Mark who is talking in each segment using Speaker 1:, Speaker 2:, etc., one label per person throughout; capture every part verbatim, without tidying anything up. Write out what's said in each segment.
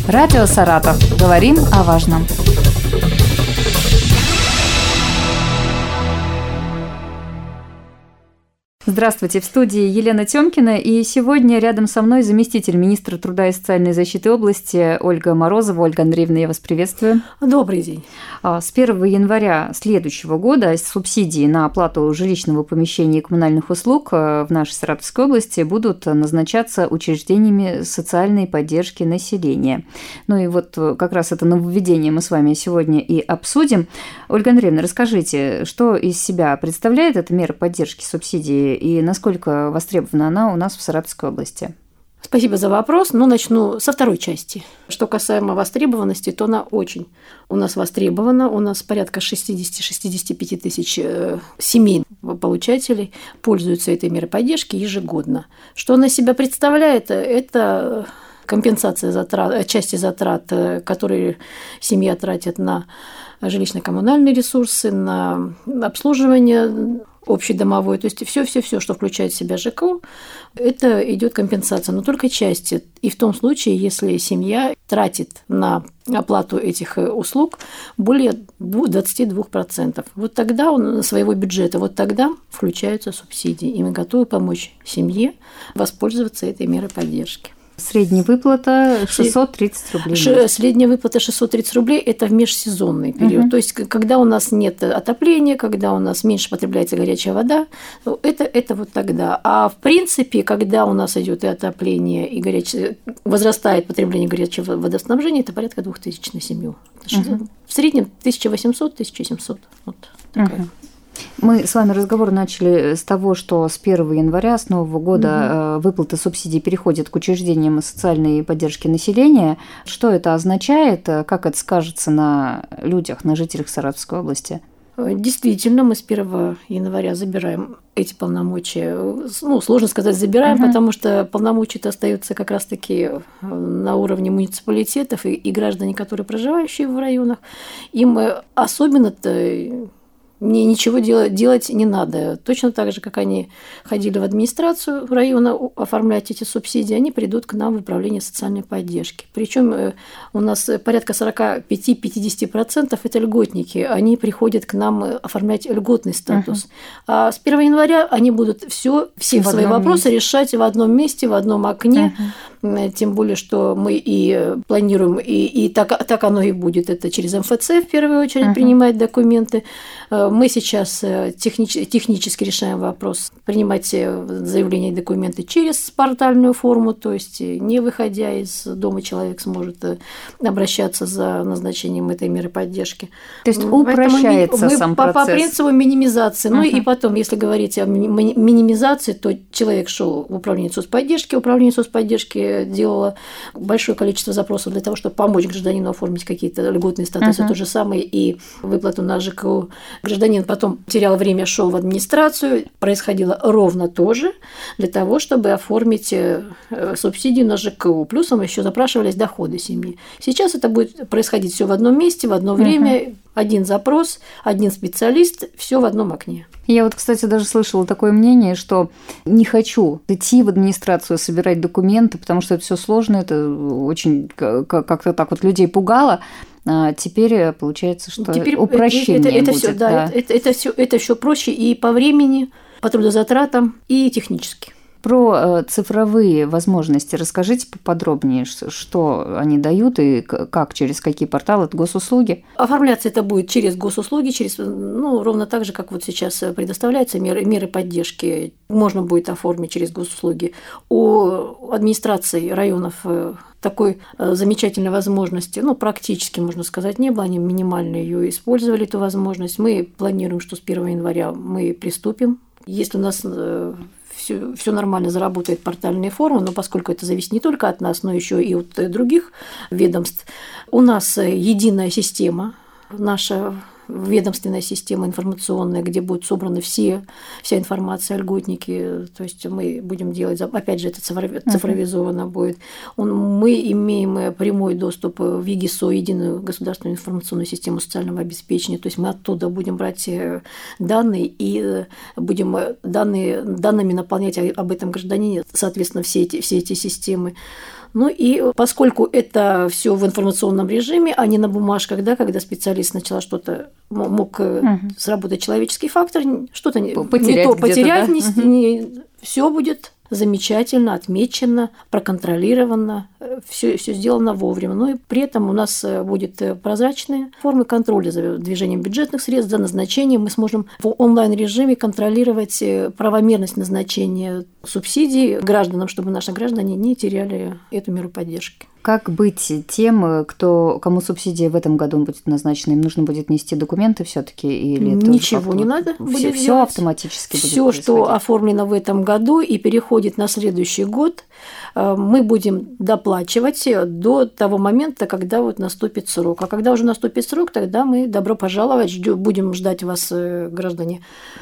Speaker 1: Радио Саратов. Говорим о важном. Здравствуйте, в студии Елена Тёмкина, и сегодня рядом со мной заместитель министра труда и социальной защиты области Ольга Морозова. Ольга Андреевна, я вас приветствую.
Speaker 2: Добрый день.
Speaker 1: С первого января следующего года субсидии на оплату жилищного помещения и коммунальных услуг в нашей Саратовской области будут назначаться учреждениями социальной поддержки населения. Ну и вот как раз это нововведение мы с вами сегодня и обсудим. Ольга Андреевна, расскажите, что из себя представляет эта мера поддержки субсидии и насколько востребована она у нас в Саратовской области?
Speaker 2: Спасибо за вопрос. Ну, начну со второй части. Что касаемо востребованности, то она очень у нас востребована. У нас порядка шестьдесят-шестьдесят пять тысяч семей получателей пользуются этой мерой поддержки ежегодно. Что она себя представляет? Это компенсация затрат, части затрат, которые семья тратит на жилищно-коммунальные ресурсы, на обслуживание общедомовой, то есть все-все-все, что включает в себя ЖКУ, это идет компенсация, но только части. И в том случае, если семья тратит на оплату этих услуг более двадцать два процента. Вот тогда он своего бюджета, вот тогда включаются субсидии, и мы готовы помочь семье воспользоваться этой мерой поддержки.
Speaker 1: Средняя выплата шестьсот тридцать рублей.
Speaker 2: Ш- средняя выплата шестьсот тридцать рублей – это в межсезонный период. Угу. То есть, когда у нас нет отопления, когда у нас меньше потребляется горячая вода, это, это вот тогда. А в принципе, когда у нас идет и отопление, и горячее, возрастает потребление горячего водоснабжения, это порядка двух тысяч на семью. Угу. В среднем тысяча восемьсот - тысяча семьсот. Вот такая.
Speaker 1: Угу. Мы с вами разговор начали с того, что с первого января, с нового года, угу. выплаты субсидий переходят к учреждениям социальной поддержки населения. Что это означает? Как это скажется на людях, на жителях Саратовской области?
Speaker 2: Действительно, мы с первого января забираем эти полномочия. Ну, сложно сказать забираем, uh-huh. потому что полномочия-то остаются как раз-таки на уровне муниципалитетов, и, и граждане, которые проживающие в районах, им особенно-то мне ничего делать, делать не надо. Точно так же, как они ходили в администрацию района оформлять эти субсидии, они придут к нам в управление социальной поддержки. Причем у нас порядка сорок пять - пятьдесят процентов это льготники. Они приходят к нам оформлять льготный статус. Uh-huh. А с первого января они будут все, все свои вопросы месте. решать в одном месте, в одном окне. Uh-huh. Тем более, что мы и планируем, и, и так, так оно и будет. Это через эм эф цэ в первую очередь uh-huh. принимать документы. Мы сейчас технич, технически решаем вопрос принимать заявления и документы через портальную форму, то есть не выходя из дома человек сможет обращаться за назначением этой меры поддержки.
Speaker 1: То есть упрощается
Speaker 2: мы,
Speaker 1: сам
Speaker 2: мы
Speaker 1: процесс.
Speaker 2: По, по принципу минимизации. Uh-huh. Ну и потом, если говорить о минимизации, то человек шел в управление соцподдержки, управление соцподдержки делало большое количество запросов для того, чтобы помочь гражданину оформить какие-то льготные статусы. Uh-huh. То же самое и выплату на ЖКУ. Гражданин потом терял время, шел в администрацию. Происходило ровно то же для того, чтобы оформить субсидию на ЖКУ. Плюсом еще запрашивались доходы семьи. Сейчас это будет происходить все в одном месте, в одно время. Uh-huh. Один запрос, один специалист, все в одном окне.
Speaker 1: Я вот, кстати, даже слышала такое мнение, что не хочу идти в администрацию, собирать документы, потому что это все сложно, это очень как-то так вот людей пугало. А теперь получается, что
Speaker 2: теперь
Speaker 1: упрощение
Speaker 2: это, это,
Speaker 1: будет.
Speaker 2: Всё, да,
Speaker 1: да.
Speaker 2: Это, это, это все это все проще и по времени, по трудозатратам, и технически.
Speaker 1: Про цифровые возможности расскажите поподробнее, что они дают и как, через какие порталы, это госуслуги?
Speaker 2: Оформляться это будет через госуслуги, через, ну, ровно так же, как вот сейчас предоставляются меры, меры поддержки. Можно будет оформить через госуслуги. У администрации районов такой замечательной возможности, ну, практически, можно сказать, не было, они минимально ее использовали, эту возможность. Мы планируем, что с первого января мы приступим. Если у нас все, все нормально заработает портальная форма, но поскольку это зависит не только от нас, но еще и от других ведомств, у нас единая система, наша ведомственная система информационная, где будут собраны все, вся информация о льготнике, то есть мы будем делать, опять же, это цифровизовано uh-huh. будет. Он, мы имеем прямой доступ в ЕГИСО, единую государственную информационную систему социального обеспечения, то есть мы оттуда будем брать данные и будем данные, данными наполнять об этом гражданине, соответственно, все эти, все эти системы. Ну и поскольку это все в информационном режиме, а не на бумажках, да, когда специалист сначала что-то мог угу. сработать человеческий фактор, что-то потерять не то потерять, да? не, угу. не, все будет замечательно, отмечено, проконтролировано, все, все сделано вовремя. Но и при этом у нас будет прозрачные формы контроля за движением бюджетных средств, за назначением. Мы сможем в онлайн-режиме контролировать правомерность назначения субсидий гражданам, чтобы наши граждане не теряли эту меру поддержки.
Speaker 1: Как быть тем, кто, кому субсидия в этом году будет назначена? Им нужно будет нести документы все-таки или
Speaker 2: ничего не надо?
Speaker 1: Все, все автоматически будет
Speaker 2: все, что оформлено в этом году и переходит на следующий год, мы будем доплачивать до того момента, когда вот наступит срок. А когда уже наступит срок, тогда мы добро пожаловать, будем ждать вас, граждане,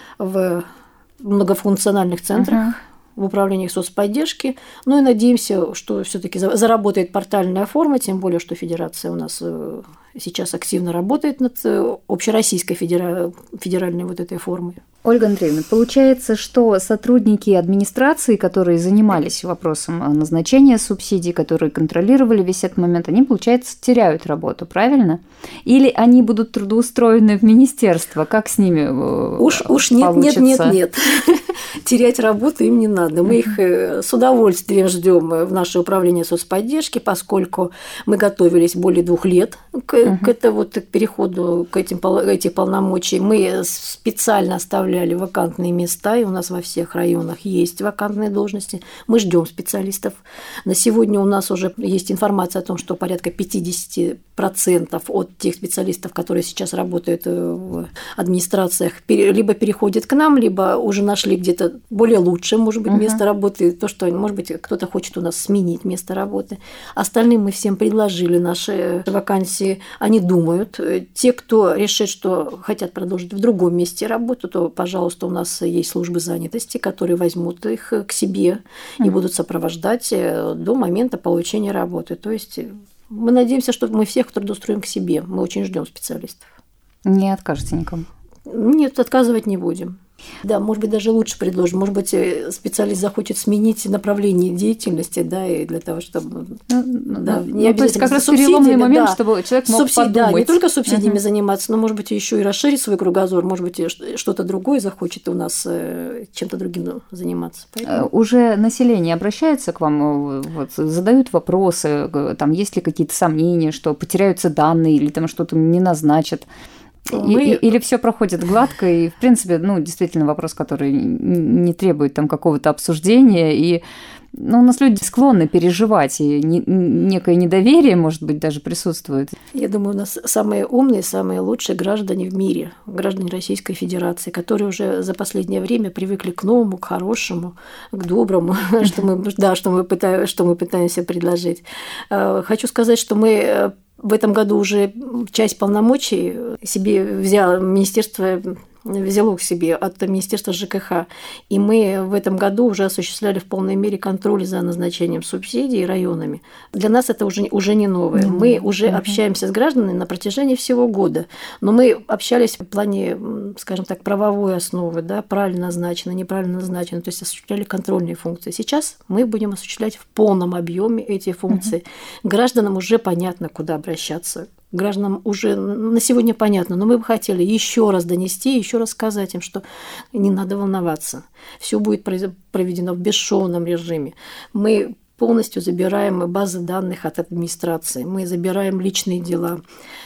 Speaker 2: в многофункциональных центрах. Uh-huh. в управлениях соцподдержки. Ну и надеемся, что все-таки заработает портальная форма, тем более, что Федерация у нас сейчас активно работает над общероссийской федеральной вот этой формой.
Speaker 1: Ольга Андреевна, получается, что сотрудники администрации, которые занимались вопросом назначения субсидий, которые контролировали весь этот момент, они, получается, теряют работу, правильно? Или они будут трудоустроены в министерство? Как с ними
Speaker 2: уж, уж нет, получится? Нет, нет, нет. Терять работу им не надо. Мы их с удовольствием ждем в наше управление соцподдержки, поскольку мы готовились более двух лет к, uh-huh. к, это, вот, к переходу к этим, этих полномочий. Мы специально оставляли вакантные места, и у нас во всех районах есть вакантные должности. Мы ждем специалистов. На сегодня у нас уже есть информация о том, что порядка пятьдесят процентов от тех специалистов, которые сейчас работают в администрациях, либо переходят к нам, либо уже нашли где-то более лучшее, может быть, место uh-huh. работы, то, что, может быть, кто-то хочет у нас сменить место работы. Остальным мы всем предложили наши вакансии, они думают. Те, кто решит, что хотят продолжить в другом месте работу, то, пожалуйста, у нас есть службы занятости, которые возьмут их к себе uh-huh. и будут сопровождать до момента получения работы. То есть мы надеемся, что мы всех трудоустроим к себе. Мы очень ждем специалистов.
Speaker 1: Не откажете никому?
Speaker 2: Нет, отказывать не будем. Да, может быть, даже лучше предложим. Может быть, специалист захочет сменить направление деятельности, да, и для того, чтобы...
Speaker 1: Ну, да, не ну, то есть как раз переломный момент, да, чтобы человек мог
Speaker 2: субсид,
Speaker 1: подумать.
Speaker 2: Да, не только субсидиями uh-huh. заниматься, но, может быть, еще и расширить свой кругозор, может быть, что-то другое захочет у нас чем-то другим заниматься.
Speaker 1: Поэтому... Уже население обращается к вам, вот, задают вопросы, там, есть ли какие-то сомнения, что потеряются данные или там что-то не назначат? Мы... Или все проходит гладко, и, в принципе, ну, действительно, вопрос, который не требует там какого-то обсуждения, и ну, у нас люди склонны переживать, и не, некое недоверие, может быть, даже присутствует.
Speaker 2: Я думаю, у нас самые умные, самые лучшие граждане в мире, граждане Российской Федерации, которые уже за последнее время привыкли к новому, к хорошему, к доброму, что мы, да, что мы пытаемся, что мы пытаемся предложить. Хочу сказать, что мы в этом году уже часть полномочий себе взяло министерство, взяло к себе от Министерства ЖКХ, и мы в этом году уже осуществляли в полной мере контроль за назначением субсидий районами. Для нас это уже, уже не новое. Mm-hmm. Мы уже mm-hmm. общаемся с гражданами на протяжении всего года, но мы общались в плане, скажем так, правовой основы, да, правильно назначено, неправильно назначено, то есть осуществляли контрольные функции. Сейчас мы будем осуществлять в полном объеме эти функции. Mm-hmm. Гражданам уже понятно, куда обращаться. Гражданам уже на сегодня понятно, но мы бы хотели еще раз донести, еще раз сказать им, что не надо волноваться. Все будет проведено в бесшовном режиме. Мы полностью забираем базы данных от администрации, мы забираем личные дела,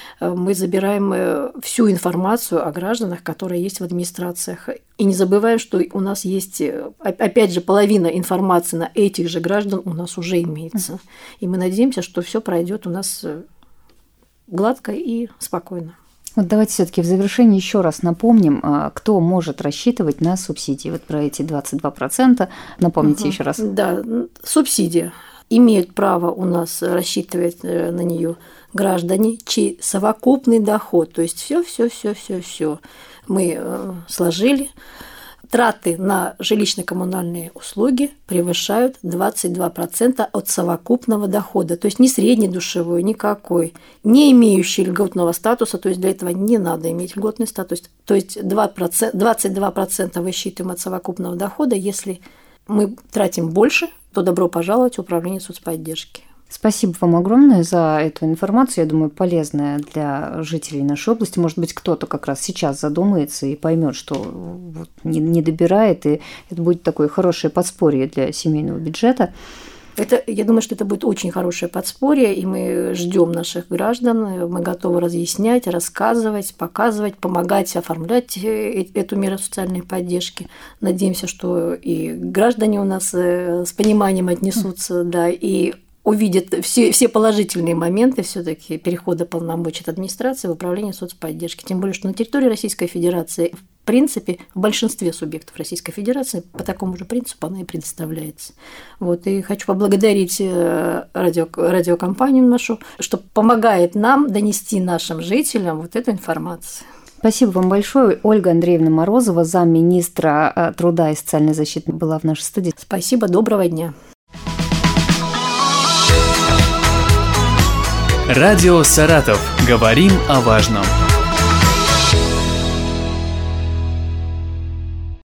Speaker 2: мы забираем всю информацию о гражданах, которые есть в администрациях. И не забываем, что у нас есть, опять же, половина информации на этих же граждан у нас уже имеется. И мы надеемся, что все пройдет у нас гладко и спокойно.
Speaker 1: Вот давайте все-таки в завершении еще раз напомним, кто может рассчитывать на субсидии. Вот про эти двадцать два процента. Напомните угу. еще раз.
Speaker 2: Да, субсидия. Имеют право у нас рассчитывать на нее граждане, чей совокупный доход, то есть все, все, все, все, все мы сложили. Траты на жилищно-коммунальные услуги превышают двадцать два процента от совокупного дохода, то есть не среднедушевой, никакой, не имеющий льготного статуса, то есть для этого не надо иметь льготный статус, то есть двадцать два процента высчитываем от совокупного дохода, если мы тратим больше, то добро пожаловать в управление соцподдержки.
Speaker 1: Спасибо вам огромное за эту информацию. Я думаю, полезная для жителей нашей области. Может быть, кто-то как раз сейчас задумается и поймет, что вот не, не добирает, и это будет такое хорошее подспорье для семейного бюджета.
Speaker 2: Это, я думаю, что это будет очень хорошее подспорье, и мы ждем наших граждан, мы готовы разъяснять, рассказывать, показывать, помогать оформлять эту меру социальной поддержки. Надеемся, что и граждане у нас с пониманием отнесутся, да, и увидят все, все положительные моменты все-таки перехода полномочий от администрации в управление соцподдержки. Тем более, что на территории Российской Федерации, в принципе, в большинстве субъектов Российской Федерации по такому же принципу она и предоставляется. Вот, и хочу поблагодарить радио, радиокомпанию нашу, что помогает нам донести нашим жителям вот эту информацию.
Speaker 1: Спасибо вам большое. Ольга Андреевна Морозова, замминистра труда и социальной защиты, была в нашей студии.
Speaker 2: Спасибо, доброго дня.
Speaker 3: Радио «Саратов». Говорим о важном.